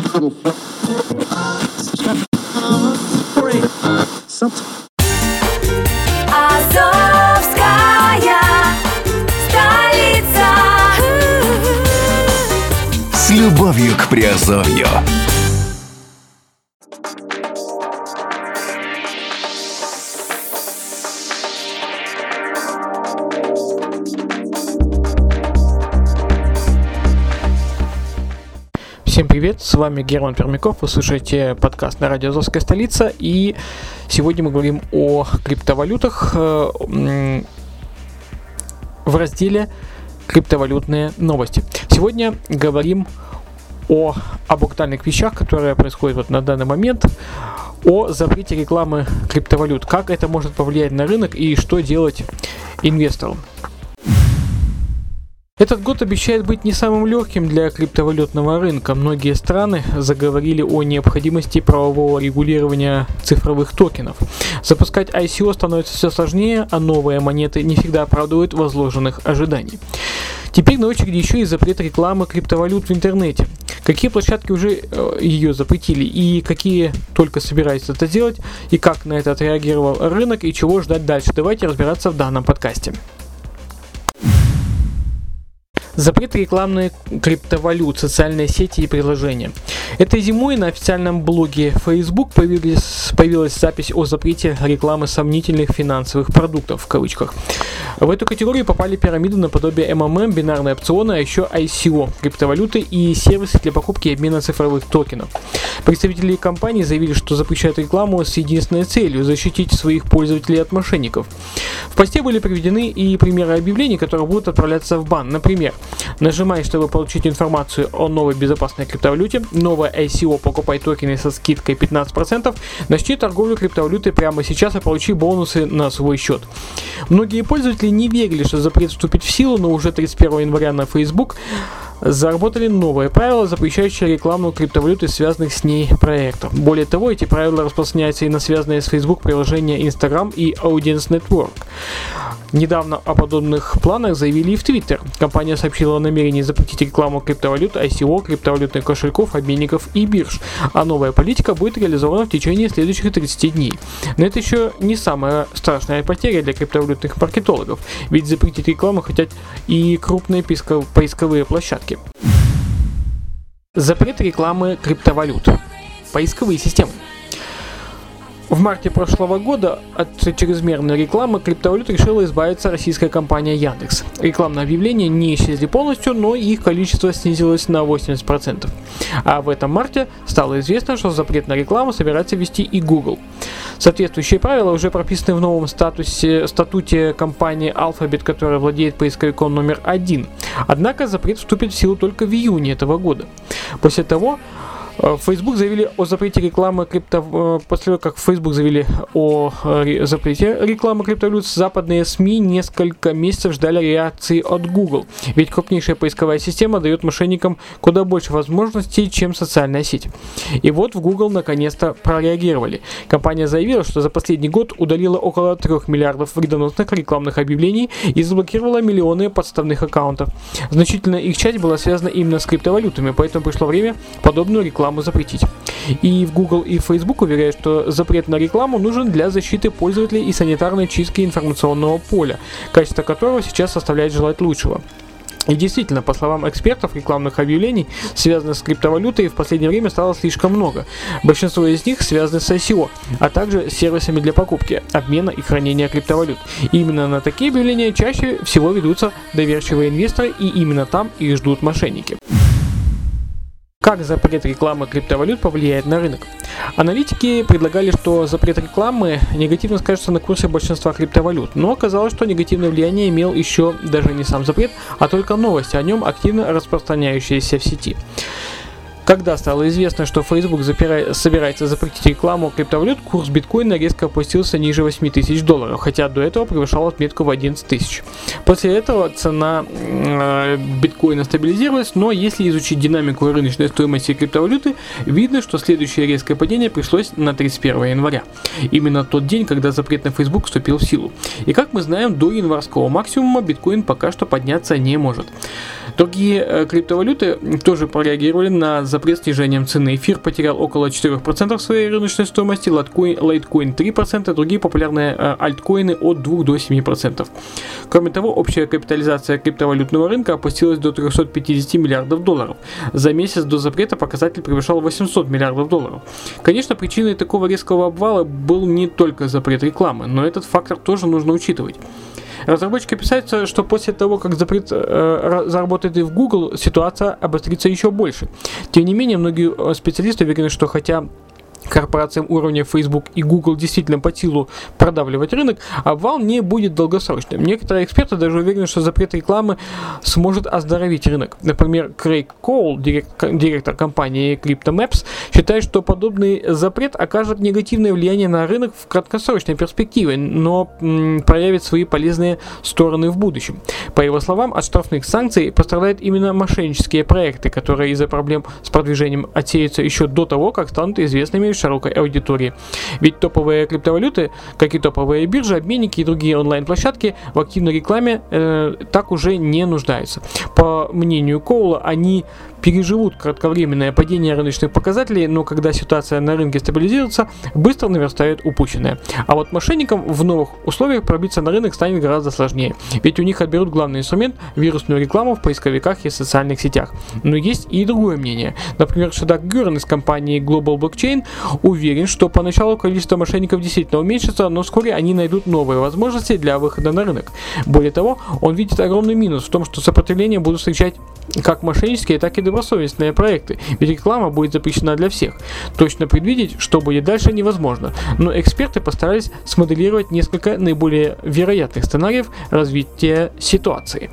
С любовью к Приазовью. Всем привет, с вами Герман Пермяков, вы слушаете подкаст на радио «Азовская столица», и сегодня мы говорим о криптовалютах в разделе «Криптовалютные новости». Сегодня говорим об актуальных вещах, которые происходят на данный момент, о запрете рекламы криптовалют, как это может повлиять на рынок и что делать инвесторам. Этот год обещает быть не самым легким для криптовалютного рынка. Многие страны заговорили о необходимости правового регулирования цифровых токенов. Запускать ICO становится все сложнее, а новые монеты не всегда оправдывают возложенных ожиданий. Теперь на очереди еще и запрет рекламы криптовалют в интернете. Какие площадки уже ее запретили и какие только собираются это делать, и как на это отреагировал рынок и чего ждать дальше. Давайте разбираться в данном подкасте. Запрет рекламы криптовалют, социальные сети и приложения. Этой зимой на официальном блоге Facebook появилась запись о запрете рекламы сомнительных финансовых продуктов, в кавычках. В эту категорию попали пирамиды наподобие МММ, бинарные опционы, а еще ICO, криптовалюты и сервисы для покупки и обмена цифровых токенов. Представители компании заявили, что запрещают рекламу с единственной целью – защитить своих пользователей от мошенников. В посте были приведены и примеры объявлений, которые будут отправляться в бан. Например, нажимай, чтобы получить информацию о новой безопасной криптовалюте, новое ICO, покупай токены со скидкой 15%, начни торговлю криптовалютой прямо сейчас и получи бонусы на свой счет. Многие пользователи не верили, что запрет вступит в силу, но уже 31 января на Facebook заработали новые правила, запрещающие рекламу криптовалюты, связанных с ней проектов. Более того, эти правила распространяются и на связанные с Facebook приложения Instagram и Audience Network. Недавно о подобных планах заявили и в Twitter. Компания сообщила о намерении запретить рекламу криптовалют, ICO, криптовалютных кошельков, обменников и бирж. А новая политика будет реализована в течение следующих 30 дней. Но это еще не самая страшная потеря для криптовалютных маркетологов, ведь запретить рекламу хотят и крупные поисковые площадки. Запрет рекламы криптовалют. Поисковые системы. В марте прошлого года от чрезмерной рекламы криптовалют решила избавиться российская компания Яндекс. Рекламные объявления не исчезли полностью, но их количество снизилось на 80%. А в этом марте стало известно, что запрет на рекламу собирается ввести и Google. Соответствующие правила уже прописаны в новом статуте компании Alphabet, которая владеет поисковиком номер 1. Однако запрет вступит в силу только в июне этого года. После того, Facebook заявили о запрете рекламы После того, как Facebook заявили о запрете рекламы криптовалют, западные СМИ несколько месяцев ждали реакции от Google. Ведь крупнейшая поисковая система дает мошенникам куда больше возможностей, чем социальная сеть. И вот в Google наконец-то прореагировали. Компания заявила, что за последний год удалила около 3 миллиардов вредоносных рекламных объявлений и заблокировала миллионы подставных аккаунтов. Значительная их часть была связана именно с криптовалютами, поэтому пришло время подобную рекламу запретить. И в Google и Facebook уверяют, что запрет на рекламу нужен для защиты пользователей и санитарной чистки информационного поля, качество которого сейчас оставляет желать лучшего. И действительно, по словам экспертов, рекламных объявлений, связанных с криптовалютой, в последнее время стало слишком много. Большинство из них связаны с ICO, а также с сервисами для покупки, обмена и хранения криптовалют. И именно на такие объявления чаще всего ведутся доверчивые инвесторы, и именно там их ждут мошенники. Как запрет рекламы криптовалют повлияет на рынок? Аналитики предлагали, что запрет рекламы негативно скажется на курсе большинства криптовалют, но оказалось, что негативное влияние имел еще даже не сам запрет, а только новости о нем, активно распространяющиеся в сети. Когда стало известно, что Facebook собирается запретить рекламу криптовалют, курс биткоина резко опустился ниже $8000, хотя до этого превышал отметку в 11 тысяч. После этого цена биткоина стабилизировалась, но если изучить динамику рыночной стоимости криптовалюты, видно, что следующее резкое падение пришлось на 31 января. Именно тот день, когда запрет на Facebook вступил в силу. И как мы знаем, до январского максимума биткоин пока что подняться не может. Другие криптовалюты тоже прореагировали на запрет снижением цены. Эфир потерял около 4% своей рыночной стоимости, лайткоин 3%, другие популярные альткоины от 2 до 7%. Кроме того, общая капитализация криптовалютного рынка опустилась до 350 миллиардов долларов. За месяц до запрета показатель превышал 800 миллиардов долларов. Конечно, причиной такого резкого обвала был не только запрет рекламы, но этот фактор тоже нужно учитывать. Разработчики опасаются, что после того, как запрет заработает и в Google, ситуация обострится еще больше. Тем не менее, многие специалисты уверены, что хотя корпорациям уровня Facebook и Google действительно по силу продавливать рынок, обвал не будет долгосрочным. Некоторые эксперты даже уверены, что запрет рекламы сможет оздоровить рынок. Например, Крейг Коул, директор компании CryptoMaps, считает, что подобный запрет окажет негативное влияние на рынок в краткосрочной перспективе, но проявит свои полезные стороны в будущем. По его словам, от штрафных санкций пострадают именно мошеннические проекты, которые из-за проблем с продвижением отсеются еще до того, как станут известными широкой аудитории. Ведь топовые криптовалюты, как и топовые биржи, обменники и другие онлайн-площадки в активной рекламе так уже не нуждаются. По мнению Коула, они переживут кратковременное падение рыночных показателей, но когда ситуация на рынке стабилизируется, быстро наверстают упущенное. А вот мошенникам в новых условиях пробиться на рынок станет гораздо сложнее, ведь у них отберут главный инструмент – вирусную рекламу в поисковиках и социальных сетях. Но есть и другое мнение. Например, Шадак Гюрен из компании Global Blockchain уверен, что поначалу количество мошенников действительно уменьшится, но вскоре они найдут новые возможности для выхода на рынок. Более того, он видит огромный минус в том, что сопротивление будут встречать как мошеннические, так и добросовестные проекты, ведь реклама будет запрещена для всех. Точно предвидеть, что будет дальше, невозможно, но эксперты постарались смоделировать несколько наиболее вероятных сценариев развития ситуации.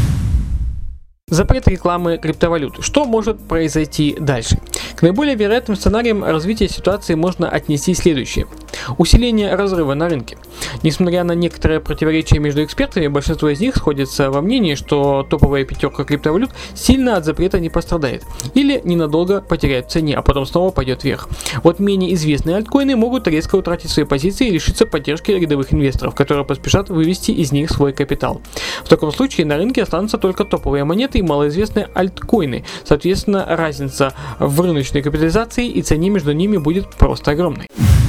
Запрет рекламы криптовалют. Что может произойти дальше? К наиболее вероятным сценариям развития ситуации можно отнести следующее. Усиление разрыва на рынке. Несмотря на некоторые противоречия между экспертами, большинство из них сходятся во мнении, что топовая пятерка криптовалют сильно от запрета не пострадает или ненадолго потеряет в цене, а потом снова пойдет вверх. Вот менее известные альткоины могут резко утратить свои позиции и лишиться поддержки рядовых инвесторов, которые поспешат вывести из них свой капитал. В таком случае на рынке останутся только топовые монеты и малоизвестные альткоины. Соответственно, разница в рыночной капитализации и цене между ними будет просто огромной.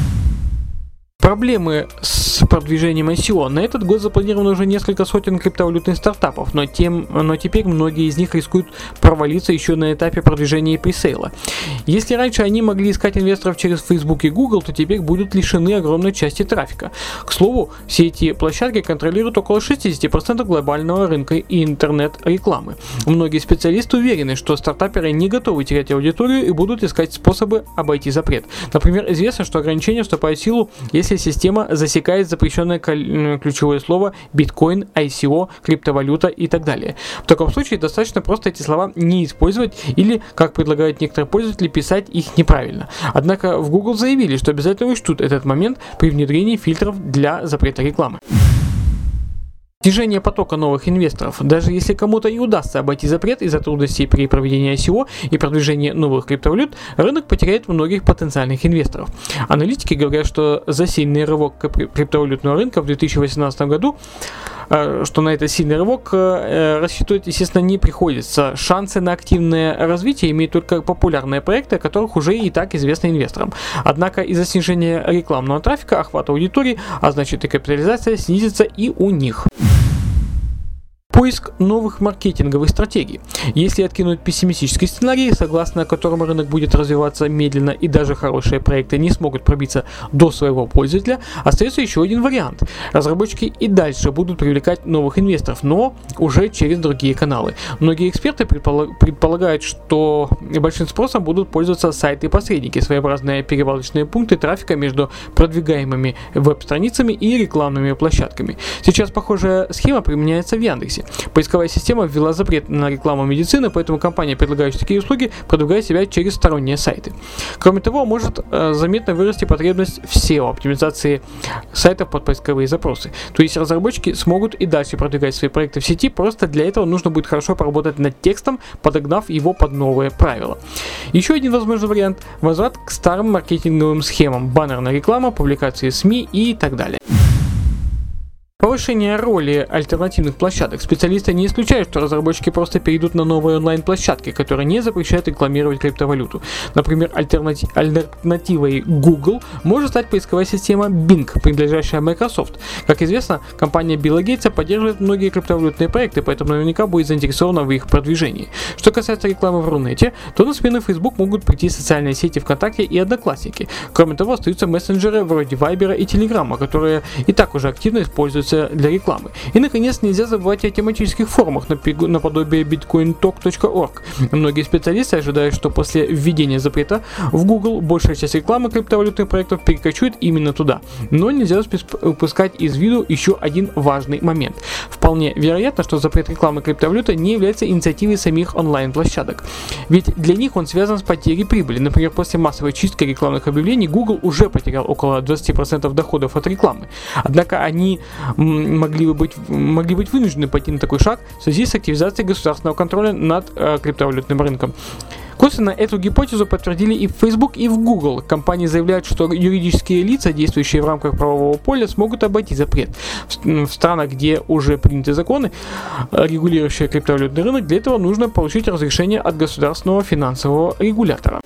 Проблемы с продвижением ICO. На этот год запланировано уже несколько сотен криптовалютных стартапов, но теперь многие из них рискуют провалиться еще на этапе продвижения и пресейла. Если раньше они могли искать инвесторов через Facebook и Google, то теперь будут лишены огромной части трафика. К слову, все эти площадки контролируют около 60% глобального рынка и интернет-рекламы. Многие специалисты уверены, что стартаперы не готовы терять аудиторию и будут искать способы обойти запрет. Например, известно, что ограничения вступают в силу, если система засекает запрещенное ключевое слово биткоин, ICO, криптовалюта и так далее. В таком случае достаточно просто эти слова не использовать или, как предлагают некоторые пользователи, писать их неправильно. Однако в Google заявили, что обязательно учтут этот момент при внедрении фильтров для запрета рекламы. Снижение потока новых инвесторов. Даже если кому-то и удастся обойти запрет из-за трудностей при проведении ICO и продвижении новых криптовалют, рынок потеряет многих потенциальных инвесторов. Аналитики говорят, что за сильный рывок криптовалютного рынка в 2018 году, что на этот сильный рывок рассчитывать, естественно, не приходится. Шансы на активное развитие имеют только популярные проекты, о которых уже и так известно инвесторам. Однако из-за снижения рекламного трафика охват аудитории, а значит и капитализация, снизится и у них. Поиск новых маркетинговых стратегий. Если откинуть пессимистический сценарий, согласно которому рынок будет развиваться медленно и даже хорошие проекты не смогут пробиться до своего пользователя, остается еще один вариант. Разработчики и дальше будут привлекать новых инвесторов, но уже через другие каналы. Многие эксперты предполагают, что большим спросом будут пользоваться сайты-посредники, своеобразные перевалочные пункты трафика между продвигаемыми веб-страницами и рекламными площадками. Сейчас похожая схема применяется в Яндексе. Поисковая система ввела запрет на рекламу медицины, поэтому компания, предлагающая такие услуги, продвигает себя через сторонние сайты. Кроме того, может заметно вырасти потребность в SEO, оптимизации сайтов под поисковые запросы. То есть разработчики смогут и дальше продвигать свои проекты в сети, просто для этого нужно будет хорошо поработать над текстом, подогнав его под новые правила. Еще один возможный вариант – возврат к старым маркетинговым схемам, баннерная реклама, публикации в СМИ и так далее. По Повышение роли альтернативных площадок. Специалисты не исключают, что разработчики просто перейдут на новые онлайн-площадки, которые не запрещают рекламировать криптовалюту. Например, альтернативой Google может стать поисковая система Bing, принадлежащая Microsoft. Как известно, компания Билла Гейтса поддерживает многие криптовалютные проекты, поэтому наверняка будет заинтересована в их продвижении. Что касается рекламы в Рунете, то на смену Facebook могут прийти социальные сети ВКонтакте и Одноклассники. Кроме того, остаются мессенджеры вроде Вайбера и Телеграма, которые и так уже активно используются для рекламы. И, наконец, нельзя забывать о тематических форумах наподобие bitcointalk.org. Многие специалисты ожидают, что после введения запрета в Google большая часть рекламы криптовалютных проектов перекочует именно туда. Но нельзя упускать из виду еще один важный момент. Вполне вероятно, что запрет рекламы криптовалюты не является инициативой самих онлайн-площадок. Ведь для них он связан с потерей прибыли. Например, после массовой чистки рекламных объявлений Google уже потерял около 20% доходов от рекламы. Однако они могли быть вынуждены пойти на такой шаг в связи с активизацией государственного контроля над криптовалютным рынком. Косвенно эту гипотезу подтвердили и в Facebook, и в Google. Компании заявляют, что юридические лица, действующие в рамках правового поля, смогут обойти запрет. В странах, где уже приняты законы, регулирующие криптовалютный рынок, для этого нужно получить разрешение от государственного финансового регулятора.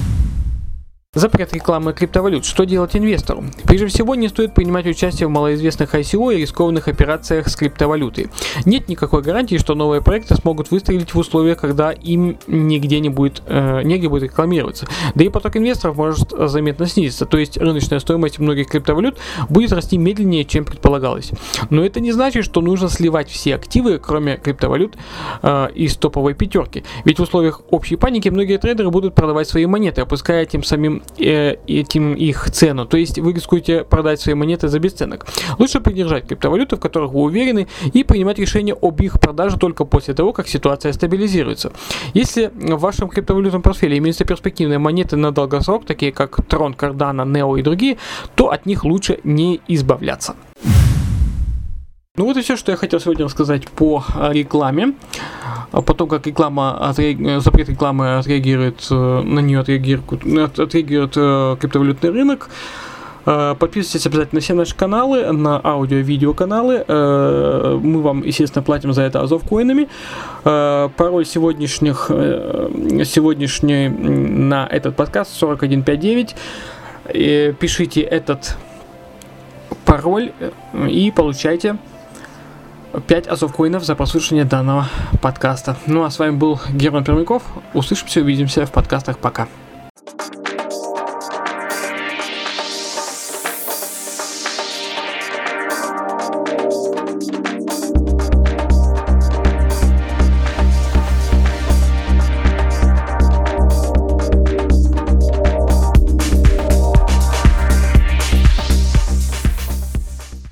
Запрет рекламы криптовалют. Что делать инвестору? Прежде всего, не стоит принимать участие в малоизвестных ICO и рискованных операциях с криптовалютой. Нет никакой гарантии, что новые проекты смогут выстрелить в условиях, когда им негде будет рекламироваться. Да и поток инвесторов может заметно снизиться, то есть рыночная стоимость многих криптовалют будет расти медленнее, чем предполагалось. Но это не значит, что нужно сливать все активы, кроме криптовалют, из топовой пятерки. Ведь в условиях общей паники многие трейдеры будут продавать свои монеты, опуская тем самым их цену, то есть вы рискуете продать свои монеты за бесценок. Лучше придержать криптовалюты, в которых вы уверены, и принимать решение об их продаже только после того, как ситуация стабилизируется. Если в вашем криптовалютном портфеле имеются перспективные монеты на долгосрок, такие как Tron, Cardano, Neo и другие, то от них лучше не избавляться. Ну вот и все, что я хотел сегодня рассказать по рекламе. Потом, как запрет рекламы на нее отреагирует криптовалютный рынок. Подписывайтесь обязательно на все наши каналы, на аудио-видео каналы. Мы вам, естественно, платим за это азовкоинами. Пароль сегодняшний на этот подкаст 4159. Пишите этот пароль и получайте 5 азовкоинов за прослушивание данного подкаста. Ну а с вами был Герман Пермяков. Услышимся, увидимся в подкастах. Пока.